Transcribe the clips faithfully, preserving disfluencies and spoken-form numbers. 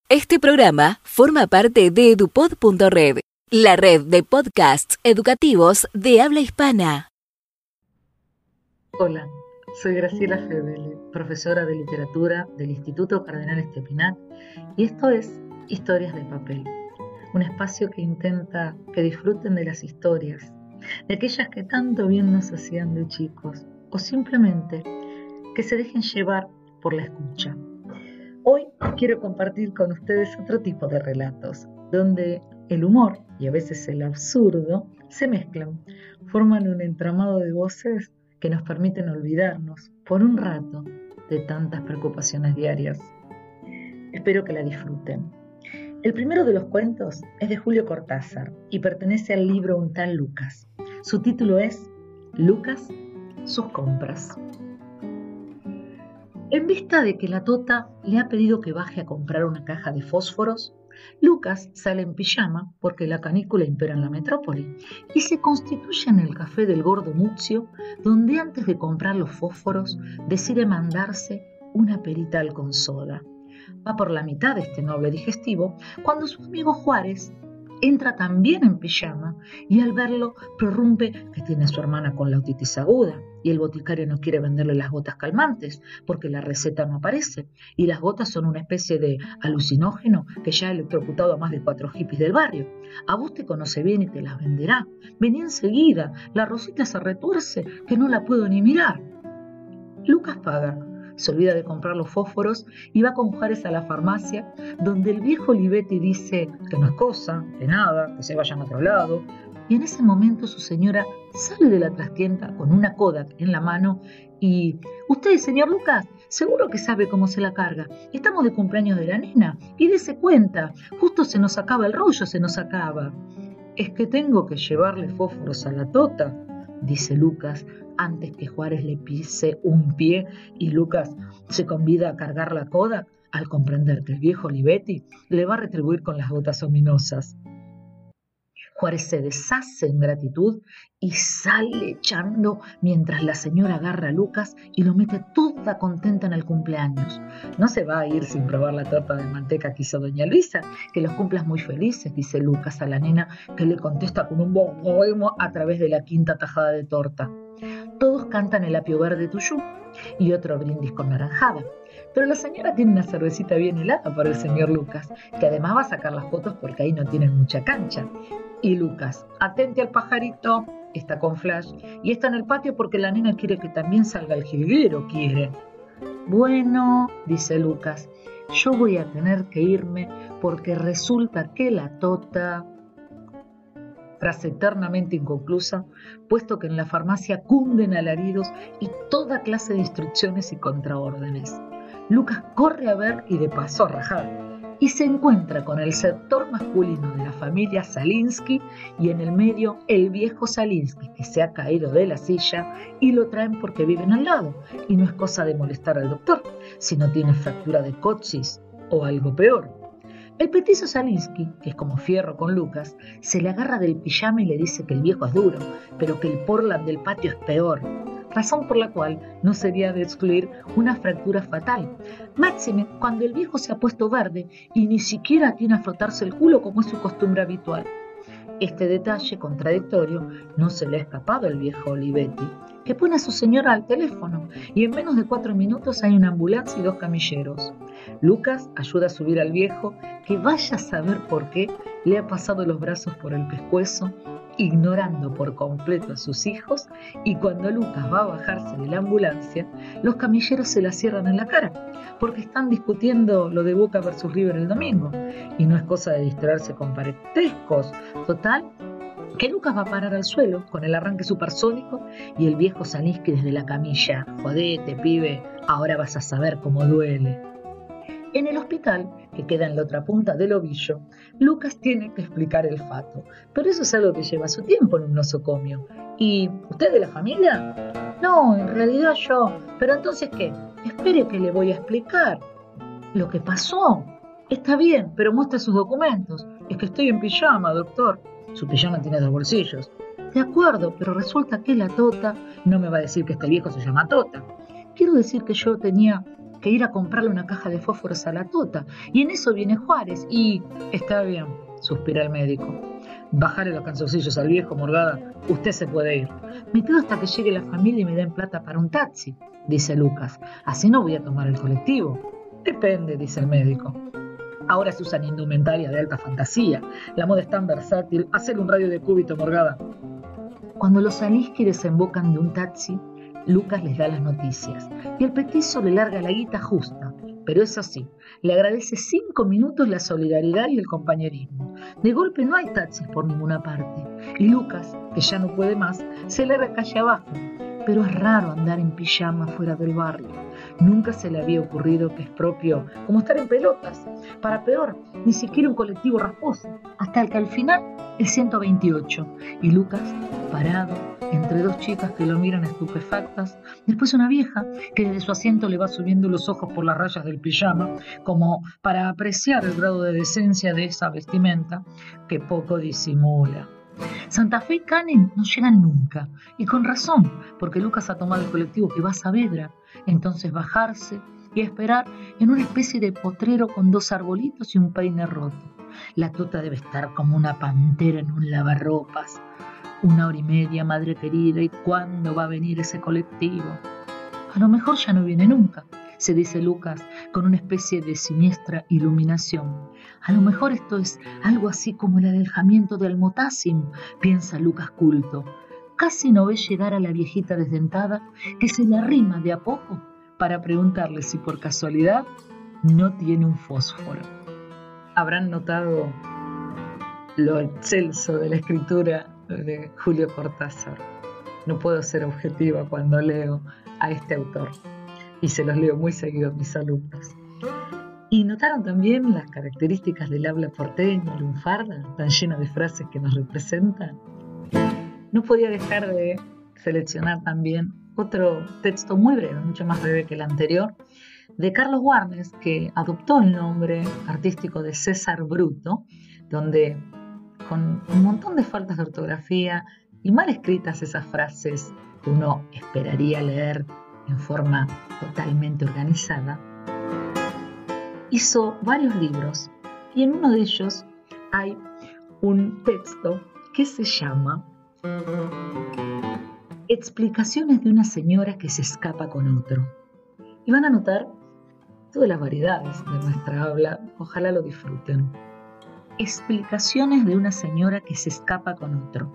Este programa forma parte de edupod punto red, la red de podcasts educativos de habla hispana. Hola, soy Graciela Febele, profesora de literatura del Instituto Cardenal Estepinac, y esto es Historias de Papel, un espacio que intenta que disfruten de las historias, de aquellas que tanto bien nos hacían de chicos, o simplemente que se dejen llevar por la escucha. Hoy quiero compartir con ustedes otro tipo de relatos, donde el humor y a veces el absurdo se mezclan, forman un entramado de voces que nos permiten olvidarnos por un rato de tantas preocupaciones diarias. Espero que la disfruten. El primero de los cuentos es de Julio Cortázar y pertenece al libro Un tal Lucas. Su título es Lucas, sus compras. En vista de que la Tota le ha pedido que baje a comprar una caja de fósforos, Lucas sale en pijama porque la canícula impera en la metrópoli y se constituye en el café del gordo Muzio, donde antes de comprar los fósforos decide mandarse una perital con soda. Va por la mitad de este noble digestivo cuando su amigo Juárez entra también en pijama y al verlo prorrumpe que tiene a su hermana con la otitis aguda y el boticario no quiere venderle las gotas calmantes porque la receta no aparece y las gotas son una especie de alucinógeno que ya ha electrocutado a más de cuatro hippies del barrio. A vos te conoce bien y te las venderá. Vení enseguida, la Rosita se retuerce que no la puedo ni mirar. Lucas paga. Se olvida de comprar los fósforos y va con Juárez a la farmacia, donde el viejo Olivetti dice que no es cosa, que nada, que se vayan a otro lado. Y en ese momento su señora sale de la trastienda con una Kodak en la mano y «Usted, señor Lucas, seguro que sabe cómo se la carga. Estamos de cumpleaños de la nena y dése cuenta, justo se nos acaba el rollo, se nos acaba». «Es que tengo que llevarle fósforos a la Tota», dice Lucas, antes que Juárez le pise un pie y Lucas se convida a cargar la Kodak al comprender que el viejo Olivetti le va a retribuir con las gotas ominosas. Juárez se deshace en gratitud y sale echando mientras la señora agarra a Lucas y lo mete toda contenta en el cumpleaños. No se va a ir sin probar la torta de manteca que hizo doña Luisa, que los cumplas muy felices, dice Lucas a la nena, que le contesta con un bohemo a través de la quinta tajada de torta. Todos cantan el apio verde tuyú y otro brindis con naranjada. Pero la señora tiene una cervecita bien helada para el señor Lucas, que además va a sacar las fotos porque ahí no tienen mucha cancha. Y Lucas, atente al pajarito, está con Flash y está en el patio porque la nena quiere que también salga el jilguero, quiere. Bueno, dice Lucas, yo voy a tener que irme porque resulta que la Tota... Frase eternamente inconclusa, puesto que en la farmacia cunden alaridos y toda clase de instrucciones y contraórdenes. Lucas corre a ver y de paso a rajar, y se encuentra con el sector masculino de la familia Salinsky y en el medio el viejo Salinsky que se ha caído de la silla y lo traen porque viven al lado, y no es cosa de molestar al doctor, si no tiene fractura de coxis o algo peor. El petizo Salinsky, que es como fierro con Lucas, se le agarra del pijama y le dice que el viejo es duro, pero que el Portland del patio es peor, razón por la cual no sería de excluir una fractura fatal. Máxime cuando el viejo se ha puesto verde y ni siquiera tiene a frotarse el culo como es su costumbre habitual. Este detalle contradictorio no se le ha escapado al viejo Olivetti, que pone a su señora al teléfono y en menos de cuatro minutos hay una ambulancia y dos camilleros. Lucas ayuda a subir al viejo, que vaya a saber por qué le ha pasado los brazos por el pescuezo, ignorando por completo a sus hijos, y cuando Lucas va a bajarse de la ambulancia, los camilleros se la cierran en la cara, porque están discutiendo lo de Boca versus River el domingo, y no es cosa de distraerse con parentescos. Total, que Lucas va a parar al suelo con el arranque supersónico y el viejo Salinsky desde la camilla, jodete, pibe, ahora vas a saber cómo duele. En el hospital, que queda en la otra punta del ovillo, Lucas tiene que explicar el fato, pero eso es algo que lleva su tiempo en un nosocomio. ¿Y usted de la familia? No, en realidad yo. ¿Pero entonces qué? Espere que le voy a explicar. Lo que pasó. Está bien, pero muestre sus documentos. Es que estoy en pijama, doctor. Su pijama tiene dos bolsillos. De acuerdo, pero resulta que la Tota no me va a decir que este viejo se llama Tota. Quiero decir que yo tenía que ir a comprarle una caja de fósforos a la Tota. Y en eso viene Juárez y... Está bien, suspira el médico. Bájale los canzoncillos al viejo, Morgada. Usted se puede ir. Me quedo hasta que llegue la familia y me den plata para un taxi, dice Lucas. Así no voy a tomar el colectivo. Depende, dice el médico. Ahora se usan indumentaria de alta fantasía. La moda es tan versátil. Hacer un radio de cúbito, Morgada. Cuando los Aliski desembocan de un taxi, Lucas les da las noticias y el petizo le larga la guita justa, pero eso sí, le agradece cinco minutos la solidaridad y el compañerismo. De golpe no hay taxis por ninguna parte y Lucas, que ya no puede más, se larga calle abajo, pero es raro andar en pijama fuera del barrio. Nunca se le había ocurrido que es propio como estar en pelotas. Para peor, ni siquiera un colectivo rasposo, hasta el que al final el ciento veintiocho y Lucas parado entre dos chicas que lo miran estupefactas, después una vieja que desde su asiento le va subiendo los ojos por las rayas del pijama, como para apreciar el grado de decencia de esa vestimenta que poco disimula. Santa Fe y Canem no llegan nunca, y con razón, porque Lucas ha tomado el colectivo que va a Saavedra, entonces bajarse y esperar en una especie de potrero con dos arbolitos y un peine roto. La Tota debe estar como una pantera en un lavarropas. Una hora y media, madre querida, ¿y cuándo va a venir ese colectivo? A lo mejor ya no viene nunca, se dice Lucas con una especie de siniestra iluminación. A lo mejor esto es algo así como el alejamiento de Almotacim, piensa Lucas culto. Casi no ve llegar a la viejita desdentada que se le arrima de a poco para preguntarle si por casualidad no tiene un fósforo. Habrán notado lo excelso de la escritura de Julio Cortázar. No puedo ser objetiva cuando leo a este autor y se los leo muy seguido a mis alumnos. Y notaron también las características del habla porteña, lunfarda, tan llena de frases que nos representan. No podía dejar de seleccionar también otro texto muy breve, mucho más breve que el anterior, de Carlos Warnes, que adoptó el nombre artístico de César Bruto, donde con un montón de faltas de ortografía y mal escritas esas frases que uno esperaría leer en forma totalmente organizada, hizo varios libros y en uno de ellos hay un texto que se llama Explicaciones de una señora que se escapa con otro. Y van a notar todas las variedades de nuestra habla, ojalá lo disfruten. Explicaciones de una señora que se escapa con otro.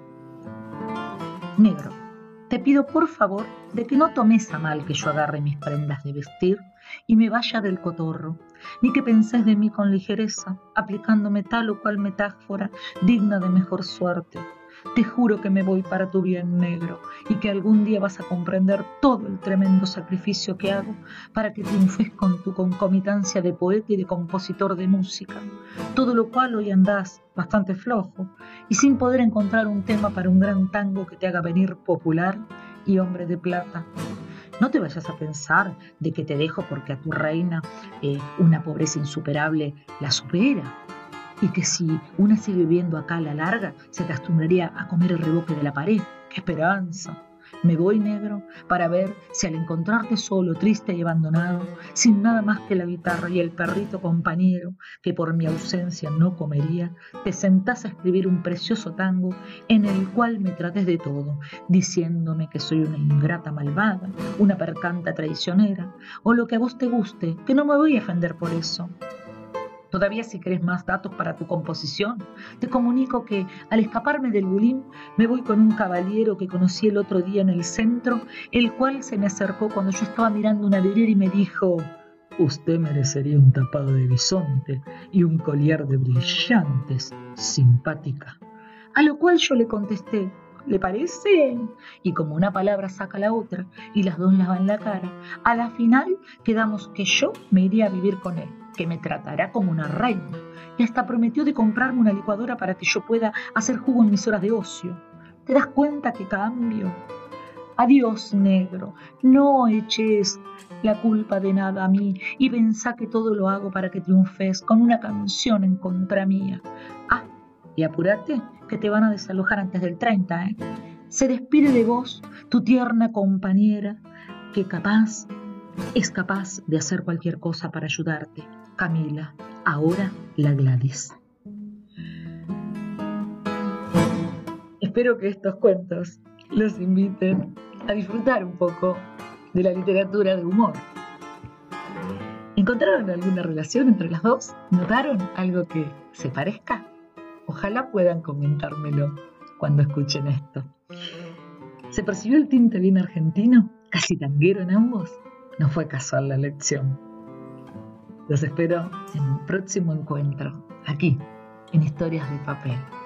Negro, te pido por favor de que no tomes a mal que yo agarre mis prendas de vestir y me vaya del cotorro, ni que penses de mí con ligereza, aplicándome tal o cual metáfora digna de mejor suerte. Te juro que me voy para tu bien, negro, y que algún día vas a comprender todo el tremendo sacrificio que hago para que triunfes con tu concomitancia de poeta y de compositor de música, todo lo cual hoy andás bastante flojo y sin poder encontrar un tema para un gran tango que te haga venir popular y hombre de plata. No te vayas a pensar de que te dejo porque a tu reina eh, una pobreza insuperable la supera. Y que si una sigue viviendo acá a la larga, se acostumbraría a comer el reboque de la pared. ¡Qué esperanza! Me voy, negro, para ver si al encontrarte solo, triste y abandonado, sin nada más que la guitarra y el perrito compañero, que por mi ausencia no comería, te sentás a escribir un precioso tango en el cual me trates de todo, diciéndome que soy una ingrata malvada, una percanta traicionera, o lo que a vos te guste, que no me voy a ofender por eso. Todavía si querés más datos para tu composición, te comunico que al escaparme del bulín me voy con un caballero que conocí el otro día en el centro, el cual se me acercó cuando yo estaba mirando una vidriera y me dijo: usted merecería un tapado de bisonte y un collar de brillantes, simpática. A lo cual yo le contesté: ¿le parece? Y como una palabra saca la otra y las dos lavan la cara, a la final quedamos que yo me iría a vivir con él, que me tratará como una reina, y hasta prometió de comprarme una licuadora para que yo pueda hacer jugo en mis horas de ocio. ¿Te das cuenta que cambio? Adiós, negro, no eches la culpa de nada a mí y pensá que todo lo hago para que triunfes con una canción en contra mía. Ah, y apúrate, que te van a desalojar antes del treinta, ¿eh? Se despide de vos, tu tierna compañera, que capaz Es capaz de hacer cualquier cosa para ayudarte. Camila, ahora la Gladys. Espero que estos cuentos los inviten a disfrutar un poco de la literatura de humor. ¿Encontraron alguna relación entre las dos? ¿Notaron algo que se parezca? Ojalá puedan comentármelo cuando escuchen esto. ¿Se percibió el tinte bien argentino? ¿Casi tanguero en ambos? No fue casual la elección. Los espero en un próximo encuentro, aquí, en Historias de Papel.